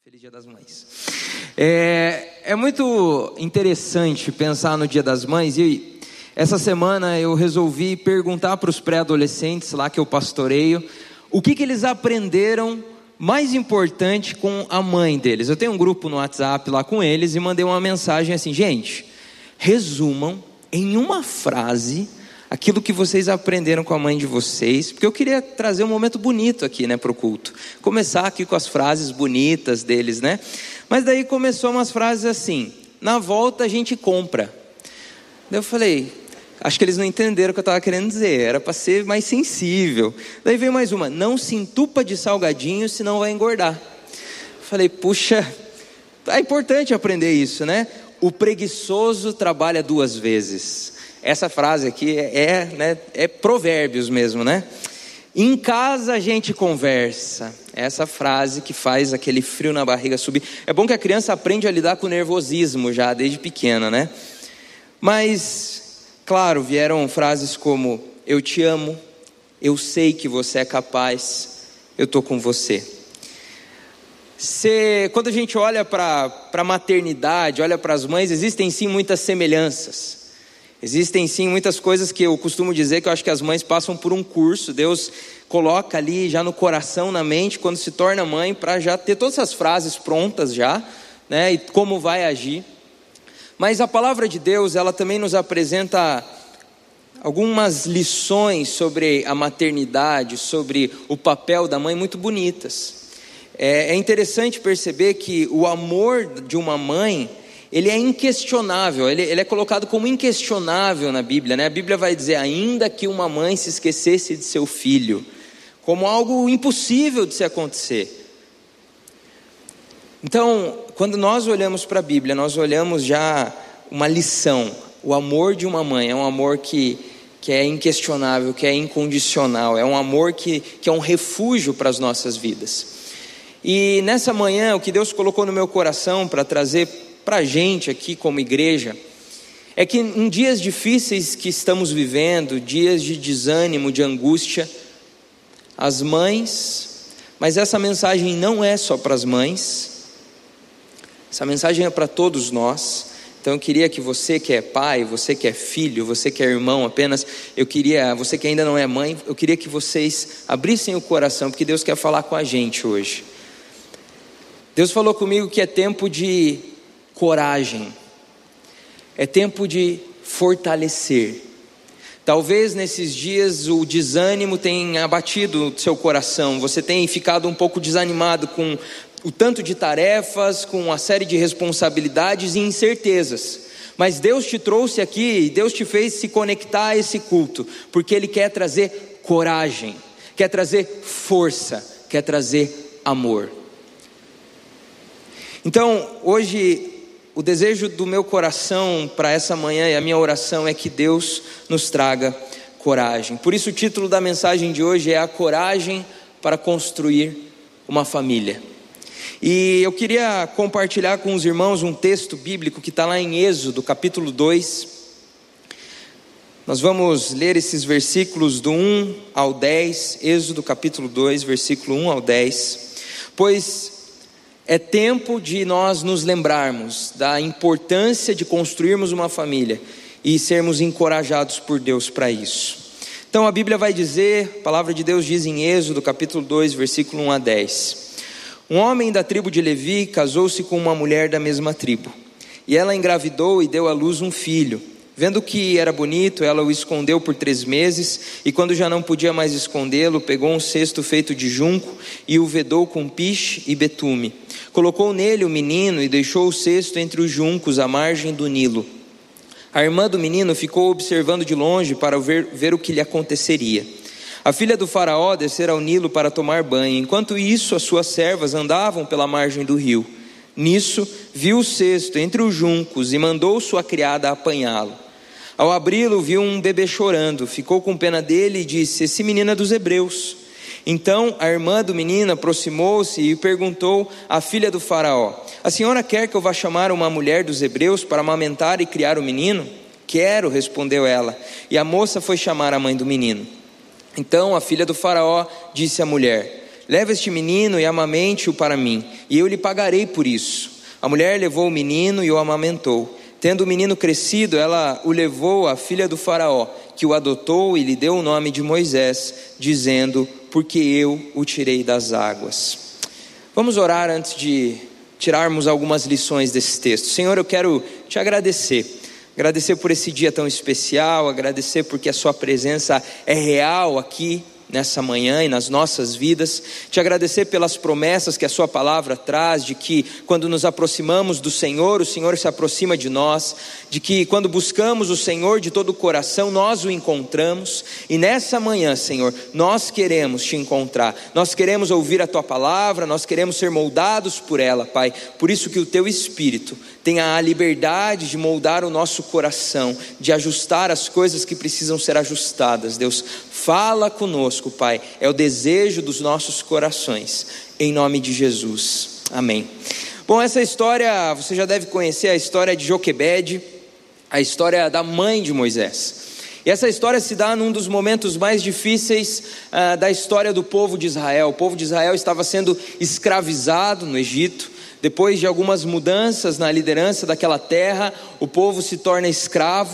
Feliz Dia das Mães. É muito interessante pensar no Dia das Mães. E essa semana eu resolvi perguntar para os pré-adolescentes lá que eu pastoreio o que eles aprenderam mais importante com a mãe deles. Eu tenho um grupo no WhatsApp lá com eles e mandei uma mensagem assim: gente, resumam em uma frase aquilo que vocês aprenderam com a mãe de vocês, porque eu queria trazer um momento bonito aqui, né, para o culto. Começar aqui com as frases bonitas deles, né? Mas daí começou umas frases assim: na volta a gente compra. Daí eu falei, acho que eles não entenderam o que eu estava querendo dizer, era para ser mais sensível. Daí veio mais uma: não se entupa de salgadinho, senão vai engordar. Falei, puxa, é importante aprender isso, né? O preguiçoso trabalha 2 vezes. Essa frase aqui é provérbios mesmo, né? Em casa a gente conversa. Essa frase que faz aquele frio na barriga subir. É bom que a criança aprende a lidar com o nervosismo já desde pequena, né? Mas, claro, vieram frases como: eu te amo, eu sei que você é capaz, eu estou com você. Quando a gente olha para a maternidade, olha para as mães, existem sim muitas semelhanças. Existem sim muitas coisas que eu costumo dizer que eu acho que as mães passam por um curso. Deus coloca ali já no coração, na mente, quando se torna mãe, para já ter todas essas frases prontas já, né? E como vai agir. Mas a palavra de Deus, ela também nos apresenta algumas lições sobre a maternidade, sobre o papel da mãe, muito bonitas. É interessante perceber que o amor de uma mãe, ele é inquestionável, ele é colocado como inquestionável na Bíblia, né? A Bíblia vai dizer: ainda que uma mãe se esquecesse de seu filho, como algo impossível de se acontecer. Então, quando nós olhamos para a Bíblia, nós olhamos já uma lição. O amor de uma mãe é um amor que é inquestionável, que é incondicional, é um amor que é um refúgio para as nossas vidas. E nessa manhã, o que Deus colocou no meu coração para trazer para a gente aqui como igreja, é que em dias difíceis que estamos vivendo, dias de desânimo, de angústia, as mães, mas essa mensagem não é só para as mães, essa mensagem é para todos nós. Então eu queria que você que é pai, você que é filho, você que é irmão apenas, você que ainda não é mãe, eu queria que vocês abrissem o coração, porque Deus quer falar com a gente hoje. Deus falou comigo que é tempo de coragem, é tempo de fortalecer. Talvez nesses dias o desânimo tenha abatido o seu coração, você tenha ficado um pouco desanimado com o tanto de tarefas, com a série de responsabilidades e incertezas. Mas Deus te trouxe aqui, Deus te fez se conectar a esse culto, porque Ele quer trazer coragem, quer trazer força, quer trazer amor. Então, hoje, o desejo do meu coração para essa manhã e a minha oração é que Deus nos traga coragem. Por isso o título da mensagem de hoje é A Coragem para Construir uma Família. E eu queria compartilhar com os irmãos um texto bíblico que está lá em Êxodo, capítulo 2. Nós vamos ler esses versículos do 1 ao 10, Êxodo capítulo 2, versículo 1 ao 10. Pois é tempo de nós nos lembrarmos da importância de construirmos uma família e sermos encorajados por Deus para isso. Então a Bíblia vai dizer, a palavra de Deus diz em Êxodo capítulo 2, versículo 1 a 10. Um homem da tribo de Levi casou-se com uma mulher da mesma tribo, e ela engravidou e deu à luz um filho. Vendo que era bonito, ela o escondeu por 3 meses, e quando já não podia mais escondê-lo, pegou um cesto feito de junco e o vedou com piche e betume. Colocou nele o menino e deixou o cesto entre os juncos à margem do Nilo. A irmã do menino ficou observando de longe para ver o que lhe aconteceria. A filha do faraó descera ao Nilo para tomar banho. Enquanto isso, as suas servas andavam pela margem do rio. Nisso, viu o cesto entre os juncos e mandou sua criada apanhá-lo. Ao abri-lo, viu um bebê chorando. Ficou com pena dele e disse: esse menino é dos hebreus. Então a irmã do menino aproximou-se e perguntou à filha do faraó: a senhora quer que eu vá chamar uma mulher dos hebreus para amamentar e criar o menino? Quero, respondeu ela. E a moça foi chamar a mãe do menino. Então a filha do faraó disse à mulher: leva este menino e amamente-o para mim, e eu lhe pagarei por isso. A mulher levou o menino e o amamentou. Tendo o menino crescido, ela o levou à filha do faraó, que o adotou e lhe deu o nome de Moisés, dizendo: porque eu o tirei das águas. Vamos orar antes de tirarmos algumas lições desse texto. Senhor, eu quero te agradecer por esse dia tão especial, agradecer porque a sua presença é real aqui nessa manhã e nas nossas vidas, te agradecer pelas promessas que a sua palavra traz, de que quando nos aproximamos do Senhor, o Senhor se aproxima de nós, de que quando buscamos o Senhor de todo o coração, nós o encontramos, e nessa manhã, Senhor, nós queremos te encontrar, nós queremos ouvir a tua palavra, nós queremos ser moldados por ela, Pai, por isso que o teu Espírito tenha a liberdade de moldar o nosso coração, de ajustar as coisas que precisam ser ajustadas. Deus, fala conosco, Pai, é o desejo dos nossos corações, em nome de Jesus, amém. Bom, essa história, você já deve conhecer a história de Joquebede, a história da mãe de Moisés. E essa história se dá num dos momentos mais difíceis da história do povo de Israel. O povo de Israel estava sendo escravizado no Egito. Depois de algumas mudanças na liderança daquela terra, o povo se torna escravo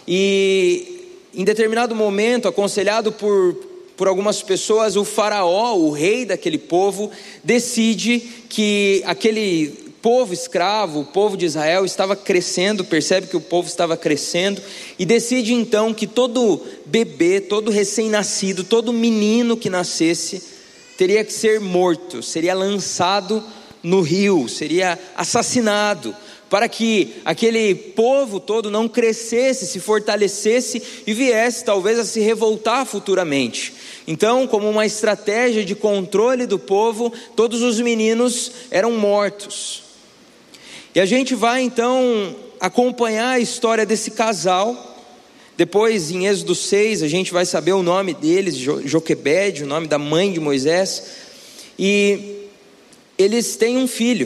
e em determinado momento, aconselhado por algumas pessoas, o faraó, o rei daquele povo, decide que aquele povo escravo, o povo de Israel estava crescendo, percebe que o povo estava crescendo e decide então que todo bebê, todo recém-nascido, todo menino que nascesse teria que ser morto, seria lançado no rio, seria assassinado, para que aquele povo todo não crescesse, se fortalecesse e viesse talvez a se revoltar futuramente. Então, como uma estratégia de controle do povo, todos os meninos eram mortos. E a gente vai então acompanhar a história desse casal. Depois em Êxodo 6 a gente vai saber o nome deles, Joquebede, o nome da mãe de Moisés, e eles têm um filho,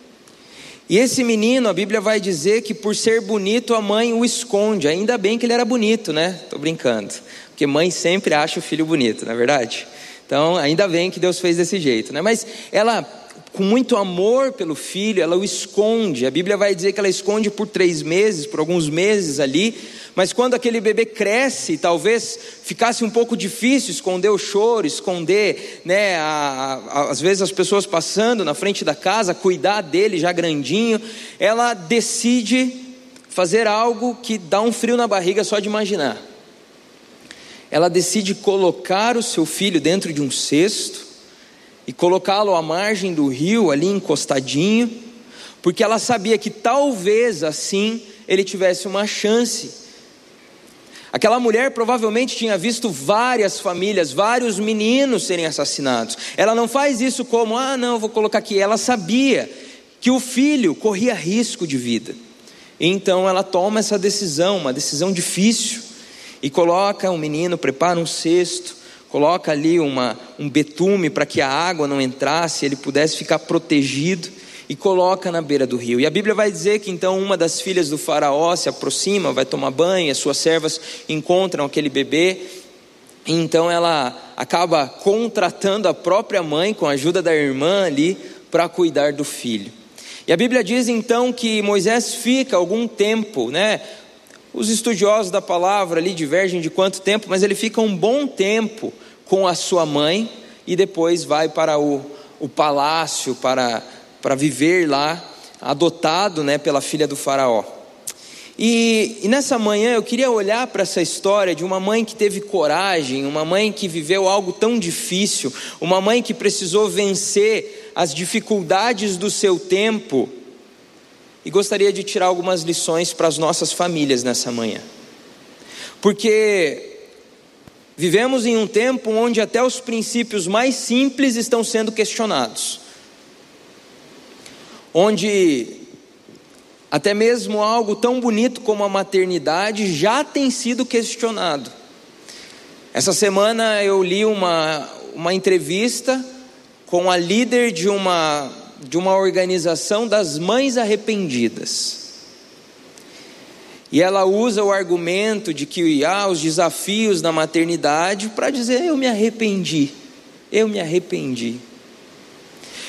e esse menino, a Bíblia vai dizer que por ser bonito a mãe o esconde. Ainda bem que ele era bonito, né? Estou brincando, porque mãe sempre acha o filho bonito, não é verdade? Então ainda bem que Deus fez desse jeito, né? Mas ela, com muito amor pelo filho, ela o esconde. A Bíblia vai dizer que ela esconde por 3 meses, por alguns meses ali. Mas quando aquele bebê cresce, talvez ficasse um pouco difícil esconder o choro, esconder, né, às vezes as pessoas passando na frente da casa, cuidar dele já grandinho. Ela decide fazer algo que dá um frio na barriga só de imaginar. Ela decide colocar o seu filho dentro de um cesto e colocá-lo à margem do rio, ali encostadinho, porque ela sabia que talvez assim ele tivesse uma chance. Aquela mulher provavelmente tinha visto várias famílias, vários meninos serem assassinados. Ela não faz isso como, não, vou colocar aqui. Ela sabia que o filho corria risco de vida. Então ela toma essa decisão, uma decisão difícil, e coloca o menino, prepara um cesto, coloca ali um betume para que a água não entrasse, ele pudesse ficar protegido, e coloca na beira do rio. E a Bíblia vai dizer que então uma das filhas do faraó se aproxima, vai tomar banho, as suas servas encontram aquele bebê, e então ela acaba contratando a própria mãe, com a ajuda da irmã ali, para cuidar do filho. E a Bíblia diz então que Moisés fica algum tempo, né? Os estudiosos da palavra ali divergem de quanto tempo, mas ele fica um bom tempo com a sua mãe, e depois vai para o palácio, para viver lá, adotado, né, pela filha do faraó. E nessa manhã eu queria olhar para essa história de uma mãe que teve coragem, uma mãe que viveu algo tão difícil, uma mãe que precisou vencer as dificuldades do seu tempo, e gostaria de tirar algumas lições para as nossas famílias nessa manhã, porque vivemos em um tempo onde até os princípios mais simples estão sendo questionados, onde até mesmo algo tão bonito como a maternidade já tem sido questionado. Essa semana eu li uma entrevista com a líder de uma organização das mães arrependidas, e ela usa o argumento de que há os desafios na maternidade para dizer: eu me arrependi.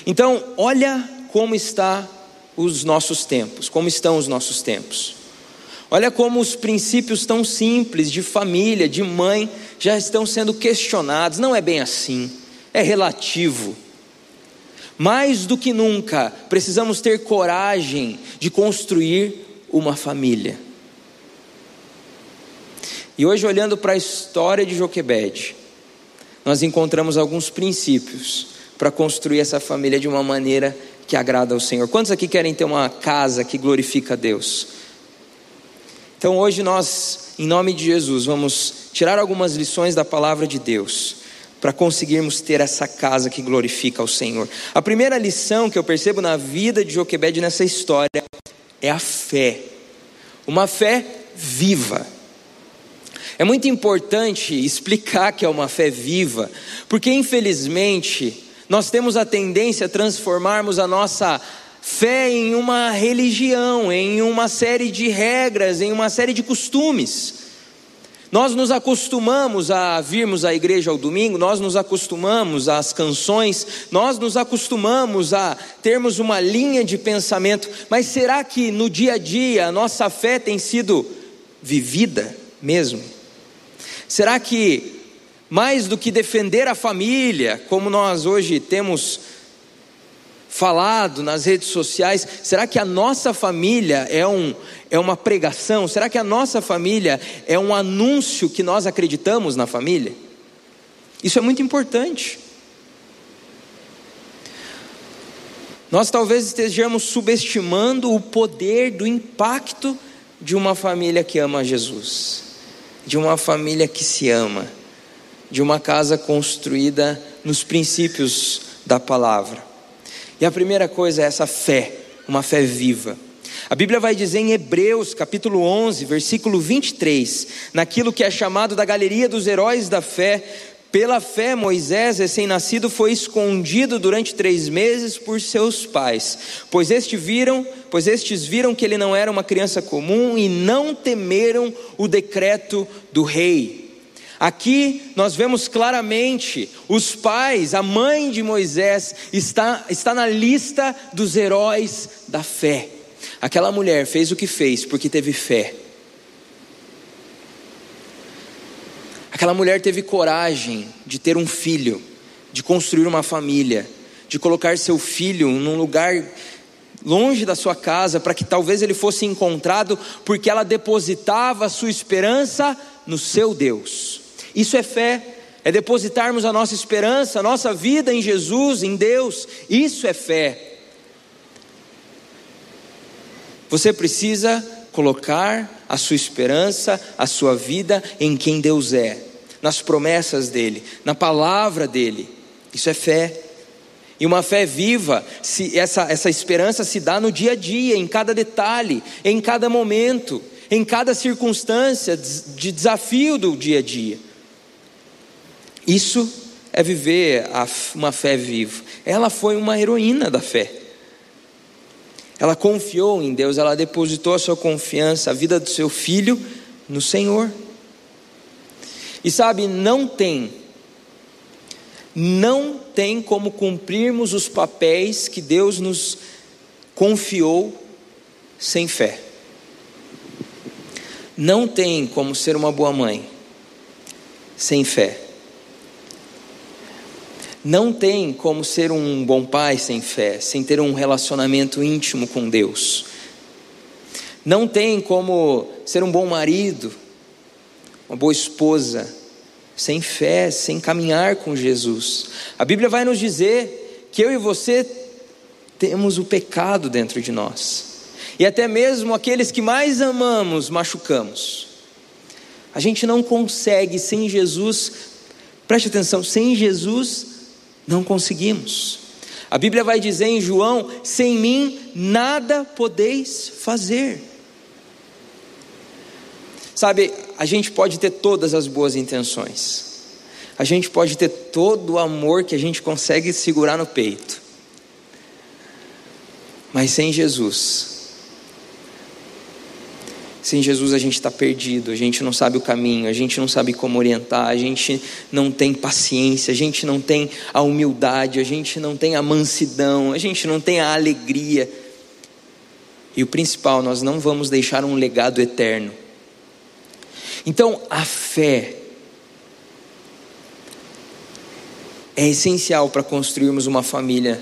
Então, olha como estão os nossos tempos. Olha como os princípios tão simples de família, de mãe, já estão sendo questionados. Não é bem assim, é relativo. Mais do que nunca, precisamos ter coragem de construir uma família. E hoje, olhando para a história de Joquebede, nós encontramos alguns princípios para construir essa família de uma maneira que agrada ao Senhor. Quantos aqui querem ter uma casa que glorifica a Deus? Então hoje nós, em nome de Jesus, vamos tirar algumas lições da palavra de Deus para conseguirmos ter essa casa que glorifica ao Senhor. A primeira lição que eu percebo na vida de Joquebede nessa história é a fé. Uma fé viva. É muito importante explicar que é uma fé viva, porque infelizmente nós temos a tendência a transformarmos a nossa fé em uma religião, em uma série de regras, em uma série de costumes. Nós nos acostumamos a virmos à igreja ao domingo, nós nos acostumamos às canções, nós nos acostumamos a termos uma linha de pensamento, mas será que no dia a dia a nossa fé tem sido vivida mesmo? Será que mais do que defender a família, como nós hoje temos falado nas redes sociais, será que a nossa família é uma pregação? Será que a nossa família é um anúncio que nós acreditamos na família? Isso é muito importante. Nós talvez estejamos subestimando o poder do impacto de uma família que ama Jesus, de uma família que se ama, de uma casa construída nos princípios da palavra. E a primeira coisa é essa fé, uma fé viva. A Bíblia vai dizer em Hebreus capítulo 11, versículo 23, naquilo que é chamado da galeria dos heróis da fé: pela fé Moisés, recém-nascido, foi escondido durante 3 meses por seus pais, pois estes viram que ele não era uma criança comum e não temeram o decreto do rei. Aqui nós vemos claramente os pais, a mãe de Moisés está na lista dos heróis da fé. Aquela mulher fez o que fez porque teve fé. Aquela mulher teve coragem de ter um filho, de construir uma família, de colocar seu filho num lugar longe da sua casa, para que talvez ele fosse encontrado, porque ela depositava a sua esperança no seu Deus. Isso é fé, é depositarmos a nossa esperança, a nossa vida em Jesus, em Deus. Isso é fé. Você precisa colocar a sua esperança, a sua vida em quem Deus é, nas promessas dele, na palavra dele. Isso é fé. E uma fé viva, essa esperança se dá no dia a dia, em cada detalhe, em cada momento, em cada circunstância de desafio do dia a dia. Isso é viver uma fé viva. Ela foi uma heroína da fé. Ela confiou em Deus, ela depositou a sua confiança, a vida do seu filho no Senhor. E sabe, não tem como cumprirmos os papéis que Deus nos confiou sem fé. Não tem como ser uma boa mãe sem fé. Não tem como ser um bom pai sem fé, sem ter um relacionamento íntimo com Deus. Não tem como ser um bom marido, uma boa esposa, sem fé, sem caminhar com Jesus. A Bíblia vai nos dizer que eu e você temos o pecado dentro de nós. E até mesmo aqueles que mais amamos, machucamos. A gente não consegue sem Jesus, preste atenção, sem Jesus não conseguimos. A Bíblia vai dizer em João: sem mim nada podeis fazer. Sabe, a gente pode ter todas as boas intenções, a gente pode ter todo o amor que a gente consegue segurar no peito, mas sem Jesus, Sem Jesus a gente está perdido, a gente não sabe o caminho, a gente não sabe como orientar, a gente não tem paciência, a gente não tem a humildade, a gente não tem a mansidão, a gente não tem a alegria. E o principal, nós não vamos deixar um legado eterno. Então a fé é essencial para construirmos uma família,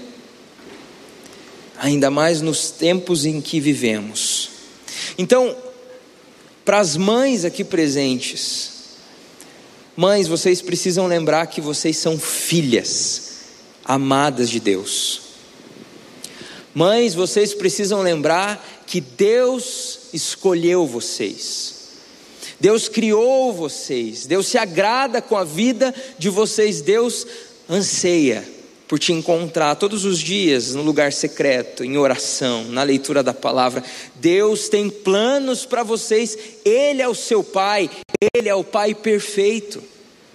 ainda mais nos tempos em que vivemos. Então, para as mães aqui presentes, mães, vocês precisam lembrar que vocês são filhas amadas de Deus. Mães, vocês precisam lembrar que Deus escolheu vocês. Deus criou vocês. Deus se agrada com a vida de vocês. Deus anseia por te encontrar todos os dias no lugar secreto, em oração, na leitura da palavra. Deus tem planos para vocês. Ele é o seu Pai. Ele é o Pai perfeito.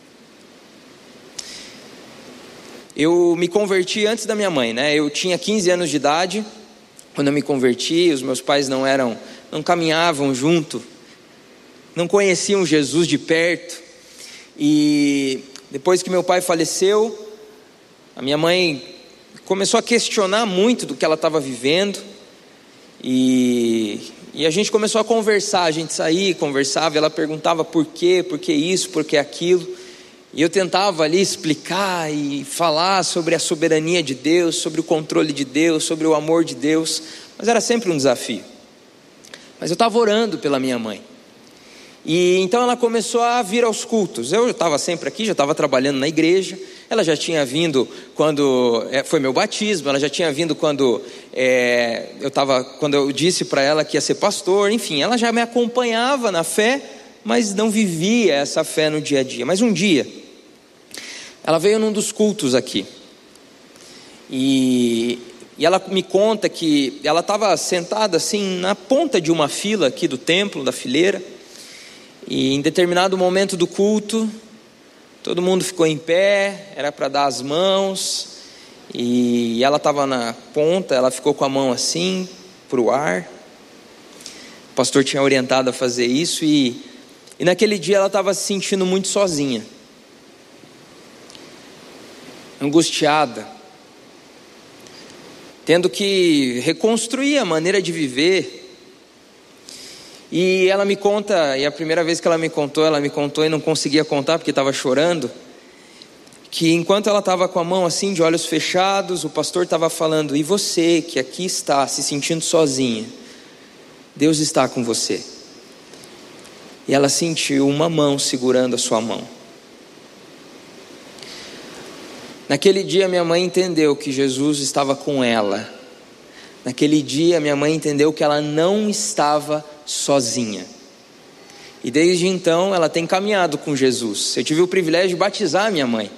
Eu me converti antes da minha mãe, né? Eu tinha 15 anos de idade quando eu me converti. Os meus pais não caminhavam junto, não conheciam Jesus de perto. E depois que meu pai faleceu, a minha mãe começou a questionar muito do que ela estava vivendo. E a gente começou a conversar, a gente saía, conversava, e ela perguntava por quê, por que isso, por que aquilo. E eu tentava ali explicar e falar sobre a soberania de Deus, sobre o controle de Deus, sobre o amor de Deus, mas era sempre um desafio. Mas eu estava orando pela minha mãe. E então ela começou a vir aos cultos. Eu estava sempre aqui, já estava trabalhando na igreja. Ela já tinha vindo quando foi meu batismo. Ela já tinha vindo quando eu disse para ela que ia ser pastor. Enfim, ela já me acompanhava na fé, mas não vivia essa fé no dia a dia. Mas um dia, ela veio num dos cultos aqui. E ela me conta que ela estava sentada assim na ponta de uma fila aqui do templo, da fileira. E em determinado momento do culto, todo mundo ficou em pé, era para dar as mãos, e ela estava na ponta, ela ficou com a mão assim, para o ar. O pastor tinha orientado a fazer isso, e naquele dia ela estava se sentindo muito sozinha, angustiada, tendo que reconstruir a maneira de viver. E ela me conta, e a primeira vez que ela me contou e não conseguia contar porque estava chorando, que enquanto ela estava com a mão assim, de olhos fechados, o pastor estava falando: e você que aqui está se sentindo sozinha, Deus está com você. E ela sentiu uma mão segurando a sua mão. Naquele dia minha mãe entendeu que Jesus estava com ela. Naquele dia minha mãe entendeu que ela não estava sozinha. E desde então ela tem caminhado com Jesus. Eu tive o privilégio de batizar minha mãe.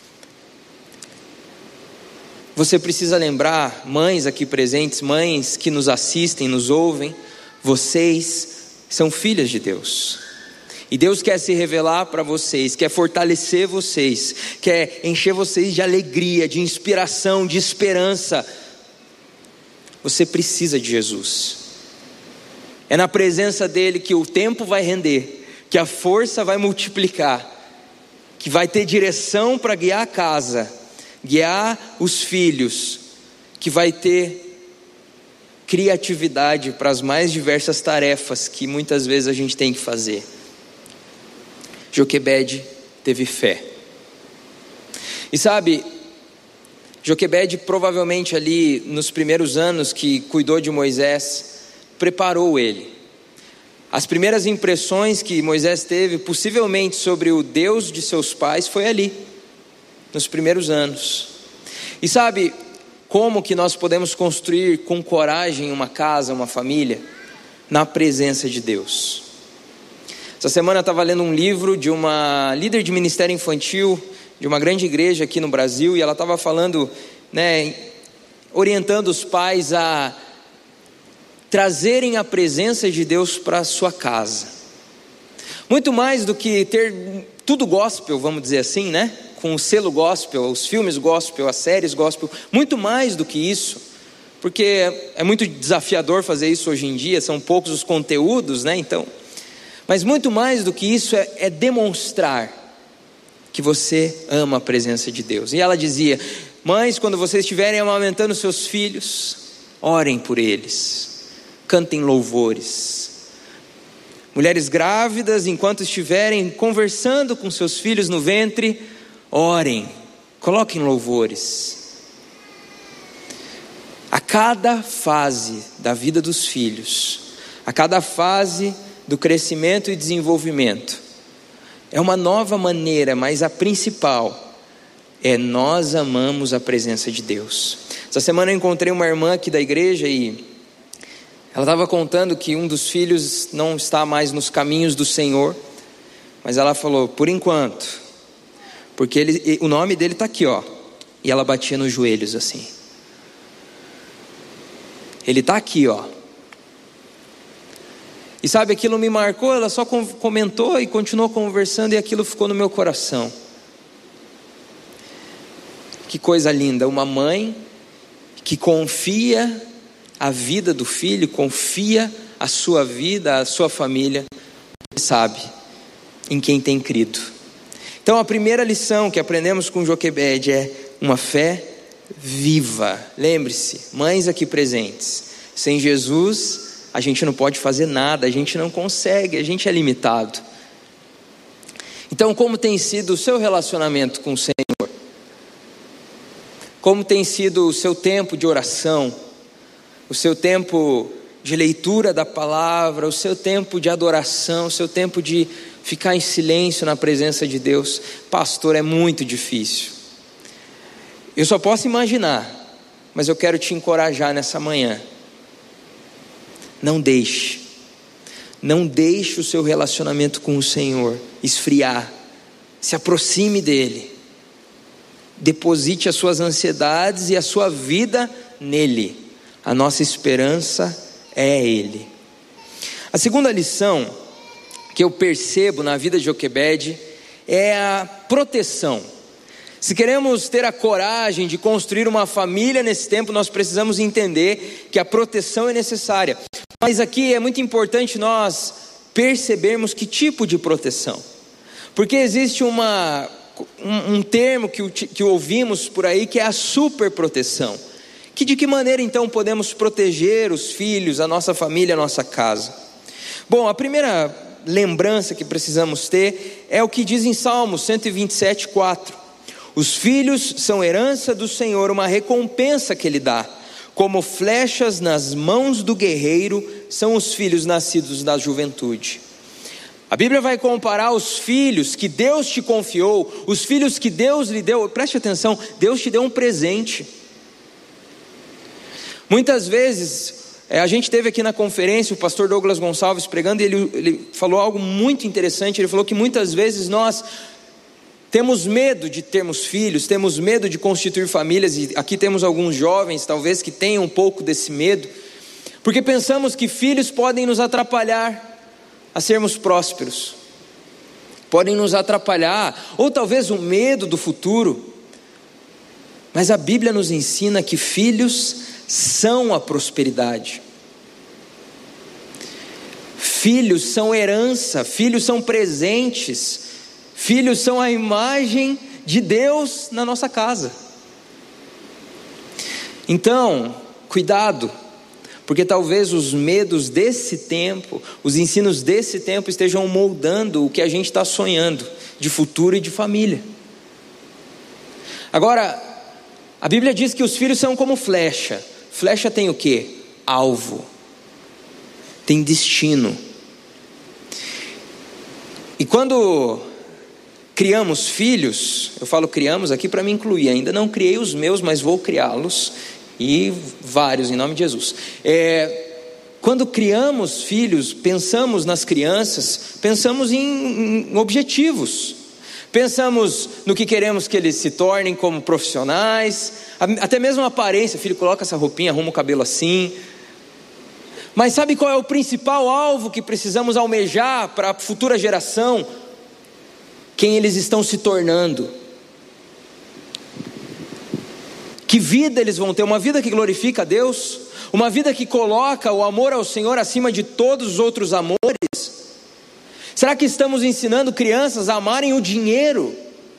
Você precisa lembrar, mães aqui presentes, mães que nos assistem, nos ouvem, vocês são filhas de Deus. E Deus quer se revelar para vocês, quer fortalecer vocês, quer encher vocês de alegria, de inspiração, de esperança. Você precisa de Jesus. É na presença dele que o tempo vai render, que a força vai multiplicar, que vai ter direção para guiar a casa, guiar os filhos, que vai ter criatividade para as mais diversas tarefas que muitas vezes a gente tem que fazer. Joquebede teve fé. E sabe, Joquebede provavelmente ali nos primeiros anos que cuidou de Moisés, preparou ele. As primeiras impressões que Moisés teve possivelmente sobre o Deus de seus pais foi ali, nos primeiros anos. E sabe como que nós podemos construir com coragem uma casa, uma família? Na presença de Deus. Essa semana eu estava lendo um livro de uma líder de ministério infantil de uma grande igreja aqui no Brasil, e ela estava falando, orientando os pais a trazerem a presença de Deus para a sua casa. Muito mais do que ter tudo gospel, vamos dizer assim, com o selo gospel, os filmes gospel, as séries gospel. Muito mais do que isso. porque é muito desafiador fazer isso hoje em dia, são poucos os conteúdos, né? Então, mas muito mais do que isso é demonstrar que você ama a presença de Deus. E ela dizia: mães, quando vocês estiverem amamentando seus filhos, orem por eles, cantem louvores. Mulheres grávidas, enquanto estiverem conversando com seus filhos no ventre, orem, coloquem louvores. A cada fase da vida dos filhos, a cada fase do crescimento e desenvolvimento, é uma nova maneira, mas a principal é: nós amamos a presença de Deus. Essa semana eu encontrei uma irmã aqui da igreja e ela estava contando que um dos filhos não está mais nos caminhos do Senhor, mas ela falou: por enquanto, porque o nome dele está aqui, ó. E ela batia nos joelhos assim: ele está aqui, ó. E sabe, aquilo me marcou. Ela só comentou e continuou conversando, e aquilo ficou no meu coração. Que coisa linda, uma mãe que confia a vida do filho, confia a sua vida, a sua família, sabe em quem tem crido. Então a primeira lição que aprendemos com Joquebede é uma fé viva. Lembre-se, mães aqui presentes, sem Jesus a gente não pode fazer nada, a gente não consegue, a gente é limitado. Então, como tem sido o seu relacionamento com o Senhor? Como tem sido o seu tempo de oração, o seu tempo de leitura da palavra, o seu tempo de adoração, o seu tempo de ficar em silêncio na presença de Deus? Pastor, é muito difícil. Eu só posso imaginar, mas eu quero te encorajar nessa manhã. Não deixe o seu relacionamento com o Senhor esfriar. Se aproxime dele. Deposite as suas ansiedades e a sua vida nele. A nossa esperança é ele. A segunda lição que eu percebo na vida de Joquebede é a proteção. Se queremos ter a coragem de construir uma família nesse tempo, nós precisamos entender que a proteção é necessária. Mas aqui é muito importante nós percebermos que tipo de proteção. Porque existe um termo que ouvimos por aí, que é a superproteção. De que maneira então podemos proteger os filhos, a nossa família, a nossa casa? Bom, a primeira lembrança que precisamos ter é o que diz em Salmos 127:4. Os filhos são herança do Senhor, uma recompensa que Ele dá. Como flechas nas mãos do guerreiro são os filhos nascidos da juventude. A Bíblia vai comparar os filhos que Deus te confiou, os filhos que Deus lhe deu. Preste atenção, Deus te deu um presente. Muitas vezes, a gente teve aqui na conferência o pastor Douglas Gonçalves pregando, e ele falou algo muito interessante. Ele falou que muitas vezes nós temos medo de termos filhos, temos medo de constituir famílias, e aqui temos alguns jovens talvez que tenham um pouco desse medo, porque pensamos que filhos podem nos atrapalhar a sermos prósperos, podem nos atrapalhar, ou talvez o medo do futuro. Mas a Bíblia nos ensina que filhos são a prosperidade. Filhos são herança, filhos são presentes, filhos são a imagem de Deus na nossa casa. Então, cuidado, porque talvez os medos desse tempo, os ensinos desse tempo estejam moldando o que a gente está sonhando de futuro e de família. Agora, a Bíblia diz que os filhos são como flecha. Flecha tem o quê? Alvo. Tem destino. E quando criamos filhos, eu falo criamos aqui para me incluir, ainda não criei os meus, mas vou criá-los, e vários, em nome de Jesus. Quando criamos filhos, pensamos nas crianças, pensamos em objetivos, pensamos no que queremos que eles se tornem como profissionais, até mesmo a aparência. Filho, coloca essa roupinha, arruma o cabelo assim. Mas sabe qual é o principal alvo que precisamos almejar para a futura geração? Quem eles estão se tornando. Que vida eles vão ter? Uma vida que glorifica a Deus? Uma vida que coloca o amor ao Senhor acima de todos os outros amores? Será que estamos ensinando crianças a amarem o dinheiro?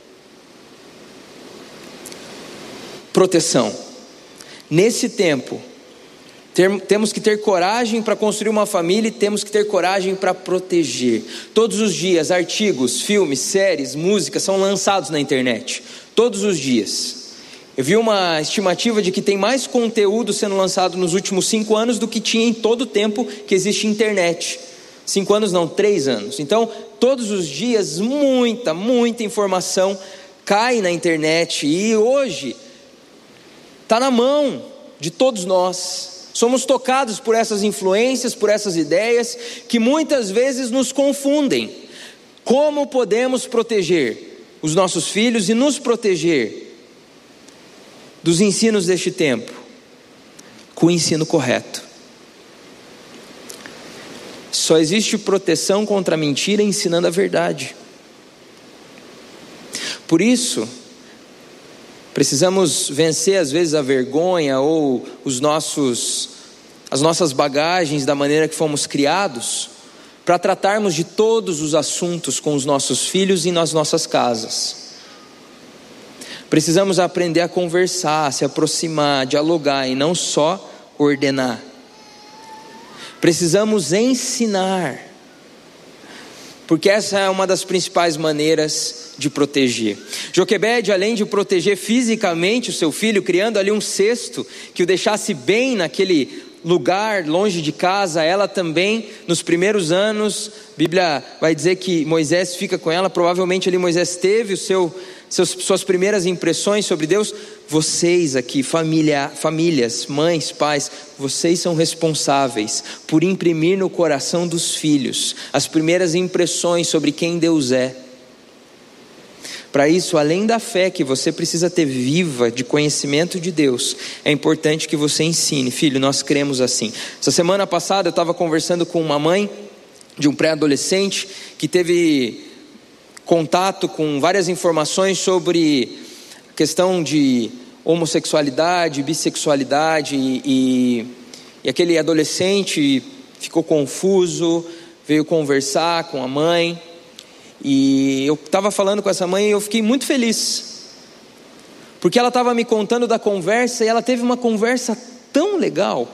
Proteção. Nesse tempo, temos que ter coragem para construir uma família e temos que ter coragem para proteger. Todos os dias, artigos, filmes, séries, músicas são lançados na internet. Todos os dias. Eu vi uma estimativa de que tem mais conteúdo sendo lançado nos últimos 5 anos do que tinha em todo o tempo que existe internet. 5 anos não, 3 anos. Então, todos os dias, muita informação cai na internet. E hoje, está na mão de todos nós. Somos tocados por essas influências, por essas ideias, que muitas vezes nos confundem. Como podemos proteger os nossos filhos e nos proteger dos ensinos deste tempo? Com o ensino correto. Só existe proteção contra a mentira ensinando a verdade. Por isso, precisamos vencer às vezes a vergonha ou as nossas bagagens da maneira que fomos criados, para tratarmos de todos os assuntos com os nossos filhos e nas nossas casas. Precisamos aprender a conversar, se aproximar, dialogar e não só ordenar. Precisamos ensinar, porque essa é uma das principais maneiras de proteger. Joquebede, além de proteger fisicamente o seu filho, criando ali um cesto que o deixasse bem naquele lugar, longe de casa, ela também, nos primeiros anos, a Bíblia vai dizer que Moisés fica com ela, provavelmente ali Moisés teve suas primeiras impressões sobre Deus. Vocês aqui, famílias, mães, pais, vocês são responsáveis por imprimir no coração dos filhos as primeiras impressões sobre quem Deus é. Para isso, além da fé que você precisa ter viva de conhecimento de Deus, é importante que você ensine: filho, nós cremos assim. Essa semana passada eu estava conversando com uma mãe de um pré-adolescente que teve contato com várias informações sobre a questão de homossexualidade, bissexualidade, e aquele adolescente ficou confuso, veio conversar com a mãe, e eu estava falando com essa mãe e eu fiquei muito feliz, porque ela estava me contando da conversa, e ela teve uma conversa tão legal,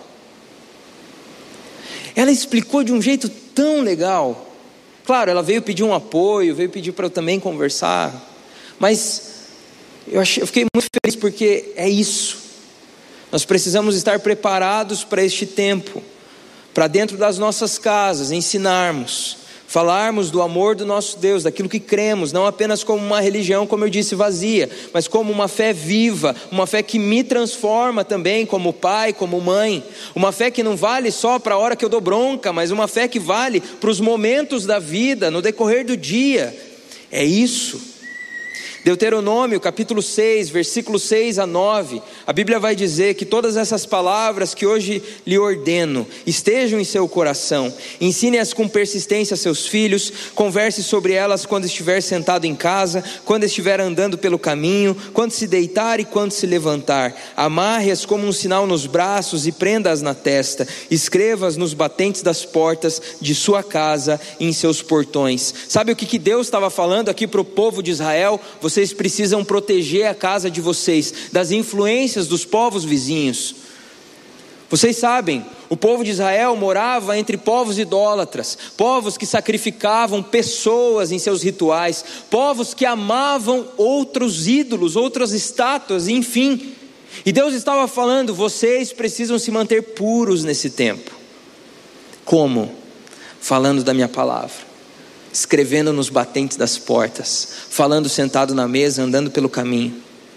ela explicou de um jeito tão legal. Claro, ela veio pedir um apoio, veio pedir para eu também conversar, mas eu fiquei muito feliz, porque é isso. Nós precisamos estar preparados para este tempo, para dentro das nossas casas ensinarmos, falarmos do amor do nosso Deus, daquilo que cremos, não apenas como uma religião, como eu disse, vazia, mas como uma fé viva, uma fé que me transforma também como pai, como mãe, uma fé que não vale só para a hora que eu dou bronca, mas uma fé que vale para os momentos da vida, no decorrer do dia. É isso. Deuteronômio capítulo 6, versículos 6 a 9, a Bíblia vai dizer que todas essas palavras que hoje lhe ordeno estejam em seu coração, ensine-as com persistência a seus filhos, converse sobre elas quando estiver sentado em casa, quando estiver andando pelo caminho, quando se deitar e quando se levantar, amarre-as como um sinal nos braços e prenda-as na testa, escreva-as nos batentes das portas de sua casa e em seus portões. Sabe o que Deus estava falando aqui para o povo de Israel? Vocês precisam proteger a casa de vocês das influências dos povos vizinhos. Vocês sabem, o povo de Israel morava entre povos idólatras, povos que sacrificavam pessoas em seus rituais, povos que amavam outros ídolos, outras estátuas, enfim. E Deus estava falando: vocês precisam se manter puros nesse tempo. Como? Falando da minha palavra, escrevendo nos batentes das portas, falando sentado na mesa, andando pelo caminho.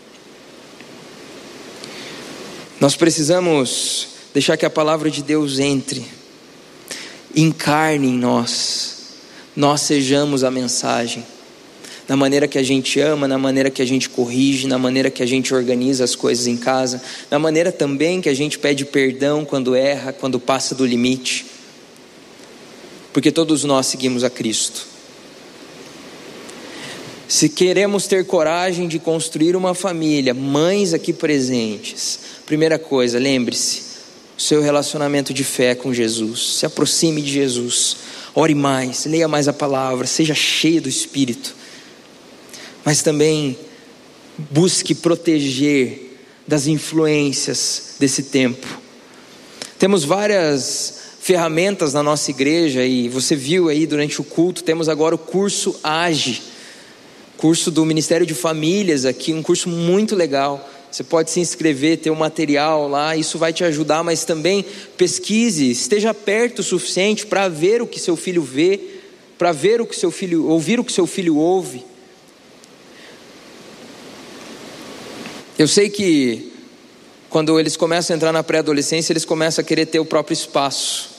Nós precisamos deixar que a palavra de Deus entre, encarne em nós sejamos a mensagem, na maneira que a gente ama, na maneira que a gente corrige, na maneira que a gente organiza as coisas em casa, na maneira também que a gente pede perdão quando erra, quando passa do limite, porque todos nós seguimos a Cristo. Se queremos ter coragem de construir uma família, mães aqui presentes, primeira coisa, lembre-se, o seu relacionamento de fé com Jesus. Se aproxime de Jesus, ore mais, leia mais a palavra, seja cheio do Espírito. Mas também busque proteger das influências desse tempo. Temos várias ferramentas na nossa igreja, e você viu aí durante o culto, temos agora o curso AGE, curso do Ministério de Famílias aqui, um curso muito legal. Você pode se inscrever, ter um material lá, isso vai te ajudar, mas também pesquise, esteja perto o suficiente para ver o que seu filho vê, para ver o que seu filho, ouvir o que seu filho ouve. Eu sei que quando eles começam a entrar na pré-adolescência, eles começam a querer ter o próprio espaço,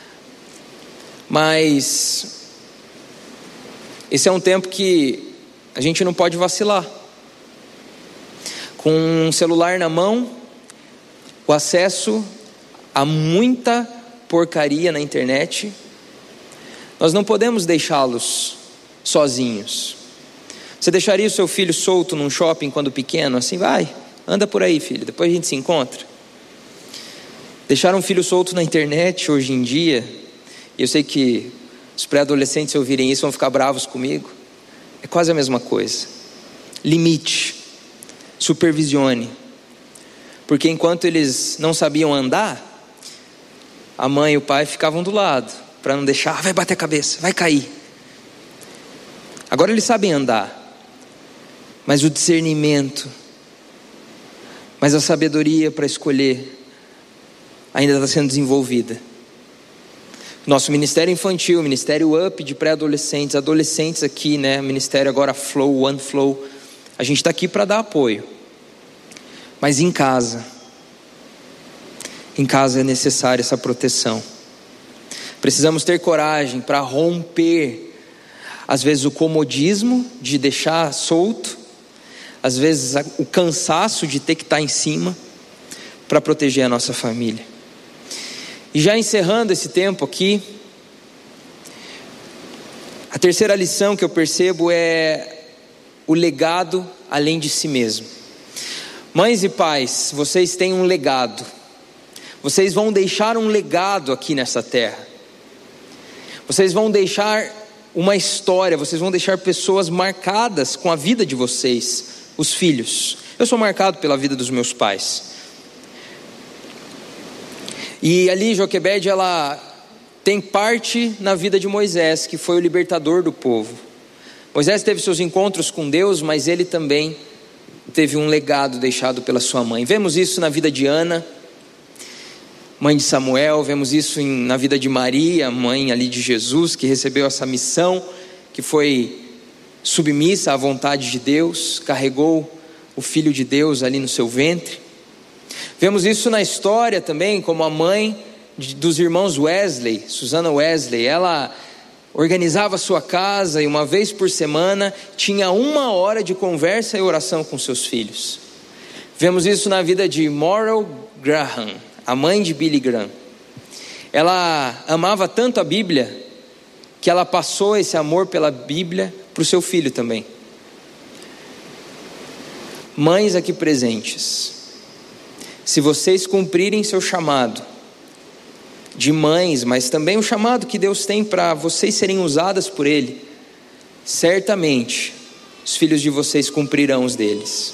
mas esse é um tempo que a gente não pode vacilar. Com um celular na mão, o acesso a muita porcaria na internet, nós não podemos deixá-los sozinhos. Você deixaria o seu filho solto num shopping quando pequeno? Assim, vai, anda por aí, filho, depois a gente se encontra. Deixar um filho solto na internet hoje em dia, e eu sei que os pré-adolescentes, se ouvirem isso, vão ficar bravos comigo, é quase a mesma coisa. Limite, supervisione, porque enquanto eles não sabiam andar, a mãe e o pai ficavam do lado, para não deixar, vai bater a cabeça, vai cair. Agora eles sabem andar, mas o discernimento, mas a sabedoria para escolher ainda está sendo desenvolvida. Nosso ministério infantil, ministério UP de pré-adolescentes, adolescentes aqui, né? Ministério agora Flow, One Flow. A gente está aqui para dar apoio. Mas em casa é necessária essa proteção. Precisamos ter coragem para romper, às vezes, o comodismo de deixar solto, às vezes o cansaço de ter que estar em cima, para proteger a nossa família. E já encerrando esse tempo aqui, a terceira lição que eu percebo é o legado além de si mesmo. Mães e pais, vocês têm um legado. Vocês vão deixar um legado aqui nessa terra. Vocês vão deixar uma história, vocês vão deixar pessoas marcadas com a vida de vocês, os filhos. Eu sou marcado pela vida dos meus pais. E ali Joquebede, ela tem parte na vida de Moisés, que foi o libertador do povo. Moisés teve seus encontros com Deus, mas ele também teve um legado deixado pela sua mãe. Vemos isso na vida de Ana, mãe de Samuel. Vemos isso na vida de Maria, mãe ali de Jesus, que recebeu essa missão, que foi submissa à vontade de Deus, carregou o Filho de Deus ali no seu ventre. Vemos isso na história também, como a mãe dos irmãos Wesley, Susana Wesley. Ela organizava a sua casa e uma vez por semana tinha 1 hora de conversa e oração com seus filhos. Vemos isso na vida de Moral Graham, a mãe de Billy Graham. Ela amava tanto a Bíblia que ela passou esse amor pela Bíblia para o seu filho também. Mães aqui presentes, se vocês cumprirem seu chamado de mães, mas também o chamado que Deus tem para vocês serem usadas por Ele, certamente os filhos de vocês cumprirão os deles.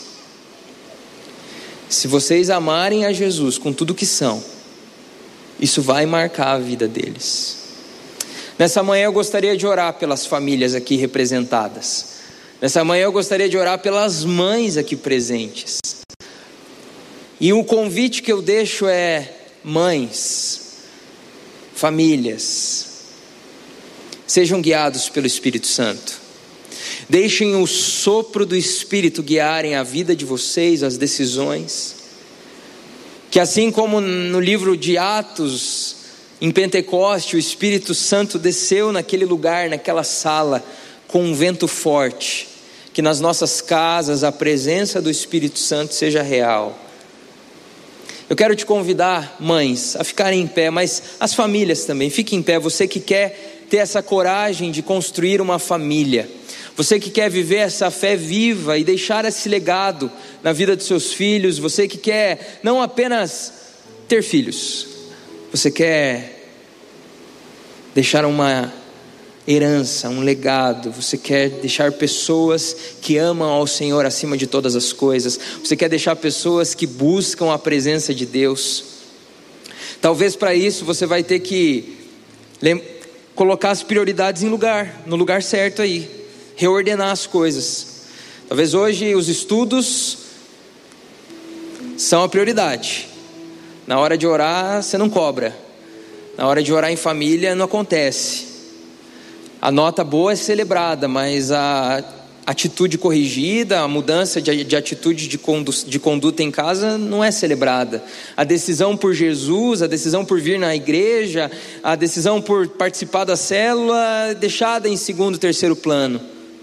Se vocês amarem a Jesus com tudo que são, isso vai marcar a vida deles. Nessa manhã eu gostaria de orar pelas famílias aqui representadas. Nessa manhã eu gostaria de orar pelas mães aqui presentes. E o convite que eu deixo é: mães, famílias, sejam guiados pelo Espírito Santo. Deixem o sopro do Espírito guiarem a vida de vocês, as decisões. Que assim como no livro de Atos, em Pentecoste, o Espírito Santo desceu naquele lugar, naquela sala, com um vento forte, que nas nossas casas a presença do Espírito Santo seja real. Eu quero te convidar, mães, a ficarem em pé, mas as famílias também, fiquem em pé. Você que quer ter essa coragem de construir uma família, Você que quer viver essa fé viva e deixar esse legado na vida dos seus filhos. Você que quer não apenas ter filhos, você quer deixar uma herança, um legado. Você quer deixar pessoas que amam ao Senhor acima de todas as coisas. Você quer deixar pessoas que buscam a presença de Deus. Talvez para isso você vai ter que colocar as prioridades no lugar certo aí, reordenar as coisas. Talvez hoje os estudos são a prioridade. Na hora de orar você não cobra. Na hora de orar em família não acontece. A nota boa é celebrada, mas a atitude corrigida, a mudança de atitude de conduta em casa não é celebrada. A decisão por Jesus, a decisão por vir na igreja, a decisão por participar da célula é deixada em segundo, terceiro plano.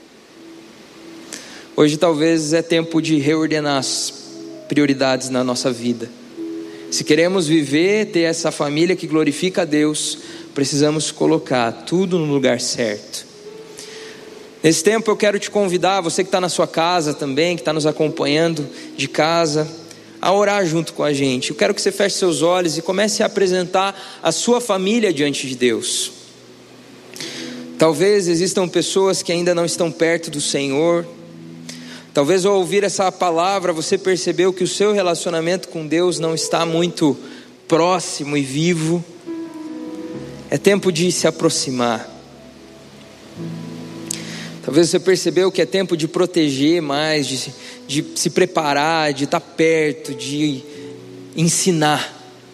Hoje talvez é tempo de reordenar as prioridades na nossa vida. Se queremos viver, ter essa família que glorifica a Deus, precisamos colocar tudo no lugar certo. Nesse tempo eu quero te convidar, você que está na sua casa também, que está nos acompanhando de casa, a orar junto com a gente. Eu quero que você feche seus olhos e comece a apresentar a sua família diante de Deus. Talvez existam pessoas que ainda não estão perto do Senhor. Talvez ao ouvir essa palavra você percebeu que o seu relacionamento com Deus não está muito próximo e vivo. É tempo de se aproximar. Talvez você percebeu que é tempo de proteger mais, de se preparar, de estar perto, de ensinar.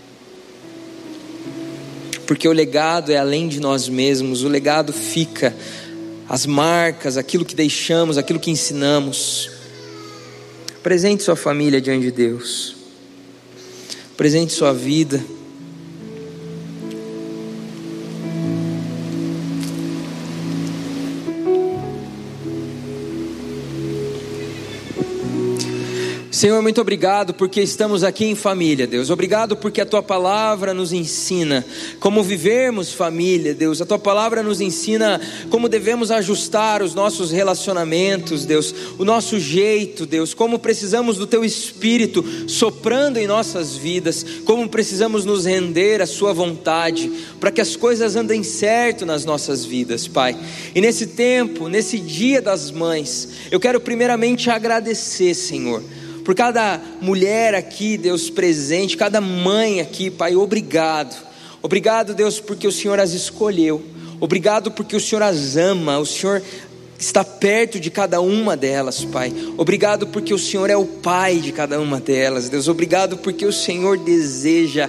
Porque o legado é além de nós mesmos, o legado fica, as marcas, aquilo que deixamos, aquilo que ensinamos. Apresente sua família diante de Deus. Apresente sua vida. Senhor, muito obrigado porque estamos aqui em família, Deus. Obrigado porque a Tua palavra nos ensina como vivermos família, Deus. A Tua palavra nos ensina como devemos ajustar os nossos relacionamentos, Deus. O nosso jeito, Deus. Como precisamos do Teu Espírito soprando em nossas vidas. Como precisamos nos render à Sua vontade para que as coisas andem certo nas nossas vidas, Pai. E nesse tempo, nesse Dia das Mães, eu quero primeiramente agradecer, Senhor, por cada mulher aqui, Deus, presente, cada mãe aqui, Pai, obrigado. Obrigado, Deus, porque o Senhor as escolheu. Obrigado porque o Senhor as ama, o Senhor está perto de cada uma delas, Pai. Obrigado porque o Senhor é o Pai de cada uma delas, Deus. Obrigado porque o Senhor deseja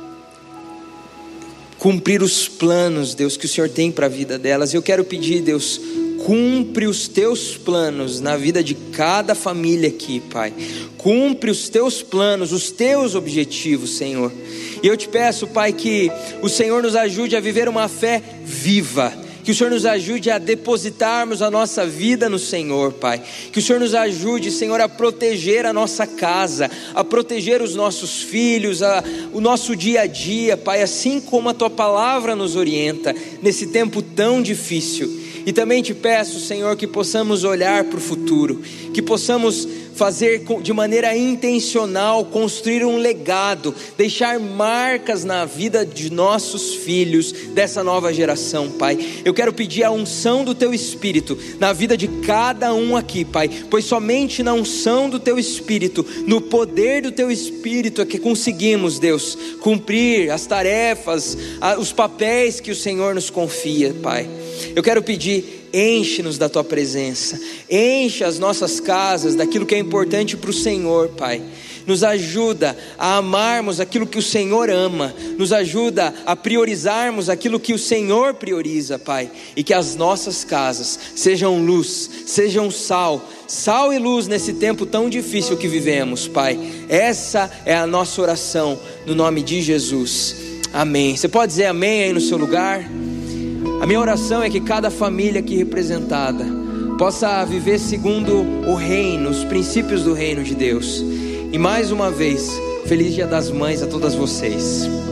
cumprir os planos, Deus, que o Senhor tem para a vida delas. Eu quero pedir, Deus, cumpre os Teus planos na vida de cada família aqui, Pai. Cumpre os Teus planos, os Teus objetivos, Senhor. E eu te peço, Pai, que o Senhor nos ajude a viver uma fé viva. Que o Senhor nos ajude a depositarmos a nossa vida no Senhor, Pai. Que o Senhor nos ajude, Senhor, a proteger a nossa casa, a proteger os nossos filhos, o nosso dia a dia, Pai. Assim como a Tua palavra nos orienta nesse tempo tão difícil. E também te peço, Senhor, que possamos olhar para o futuro, que possamos fazer de maneira intencional, construir um legado, deixar marcas na vida de nossos filhos, dessa nova geração, Pai. Eu quero pedir a unção do Teu Espírito na vida de cada um aqui, Pai, pois somente na unção do Teu Espírito, no poder do Teu Espírito é que conseguimos, Deus, cumprir as tarefas, os papéis que o Senhor nos confia, Pai. Eu quero pedir, enche-nos da Tua presença, enche as nossas casas daquilo que é importante para o Senhor, Pai. Nos ajuda a amarmos aquilo que o Senhor ama, nos ajuda a priorizarmos aquilo que o Senhor prioriza, Pai. E que as nossas casas sejam luz, sejam sal e luz nesse tempo tão difícil que vivemos, Pai. Essa é a nossa oração, no nome de Jesus, amém. Você pode dizer amém aí no seu lugar? A minha oração é que cada família aqui representada possa viver segundo o reino, os princípios do reino de Deus. E mais uma vez, feliz Dia das Mães a todas vocês.